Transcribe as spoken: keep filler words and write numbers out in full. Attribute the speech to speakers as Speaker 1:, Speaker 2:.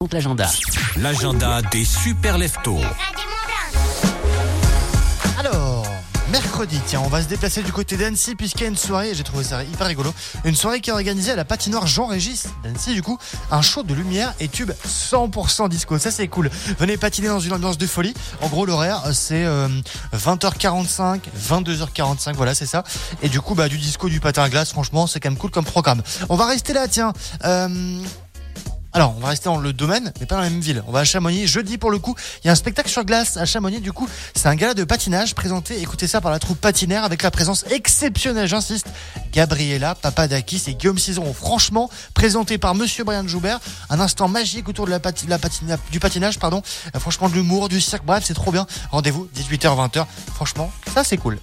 Speaker 1: L'agenda.
Speaker 2: L'agenda des super leftos.
Speaker 3: Alors, mercredi, tiens, on va se déplacer du côté d'Annecy puisqu'il y a une soirée, j'ai trouvé ça hyper rigolo, une soirée qui est organisée à la patinoire Jean-Régis d'Annecy, du coup, un show de lumière et tube cent pour cent disco, ça c'est cool. Venez patiner dans une ambiance de folie. En gros, l'horaire, c'est euh, vingt heures quarante-cinq, vingt-deux heures quarante-cinq, voilà, c'est ça. Et du coup, bah, du disco, du patin à glace, franchement, c'est quand même cool comme programme. On va rester là, tiens. Euh... Alors, on va rester dans le domaine, mais pas dans la même ville. On va à Chamonix. Jeudi, pour le coup, il y a un spectacle sur glace à Chamonix. Du coup, c'est un gala de patinage présenté, écoutez ça, par la troupe patinaire avec la présence exceptionnelle, j'insiste, Gabriella Papadakis et Guillaume Cizeron. Franchement, présenté par Monsieur Brian Joubert. Un instant magique autour de la, pati- la patina- du patinage, pardon. Euh, franchement, de l'humour, du cirque. Bref, c'est trop bien. Rendez-vous, dix-huit heures, vingt heures. Franchement, ça, c'est cool.